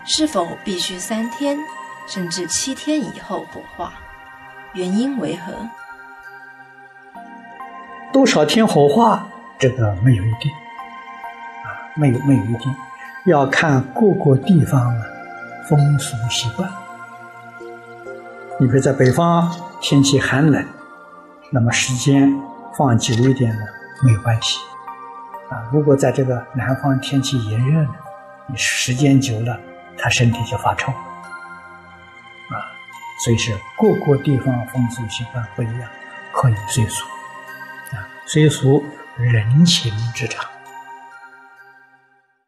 是否必须3天甚至7天以后火化？原因为何？ 多少天火化，这个没有一定没有一定，要看各个地方风俗习惯。你比如在北方天气寒冷，那么时间放久一点呢没有关系如果在这个南方天气炎热呢，你时间久了他身体就发臭所以是各个地方风俗习惯不一样，可以随俗随俗人情之常。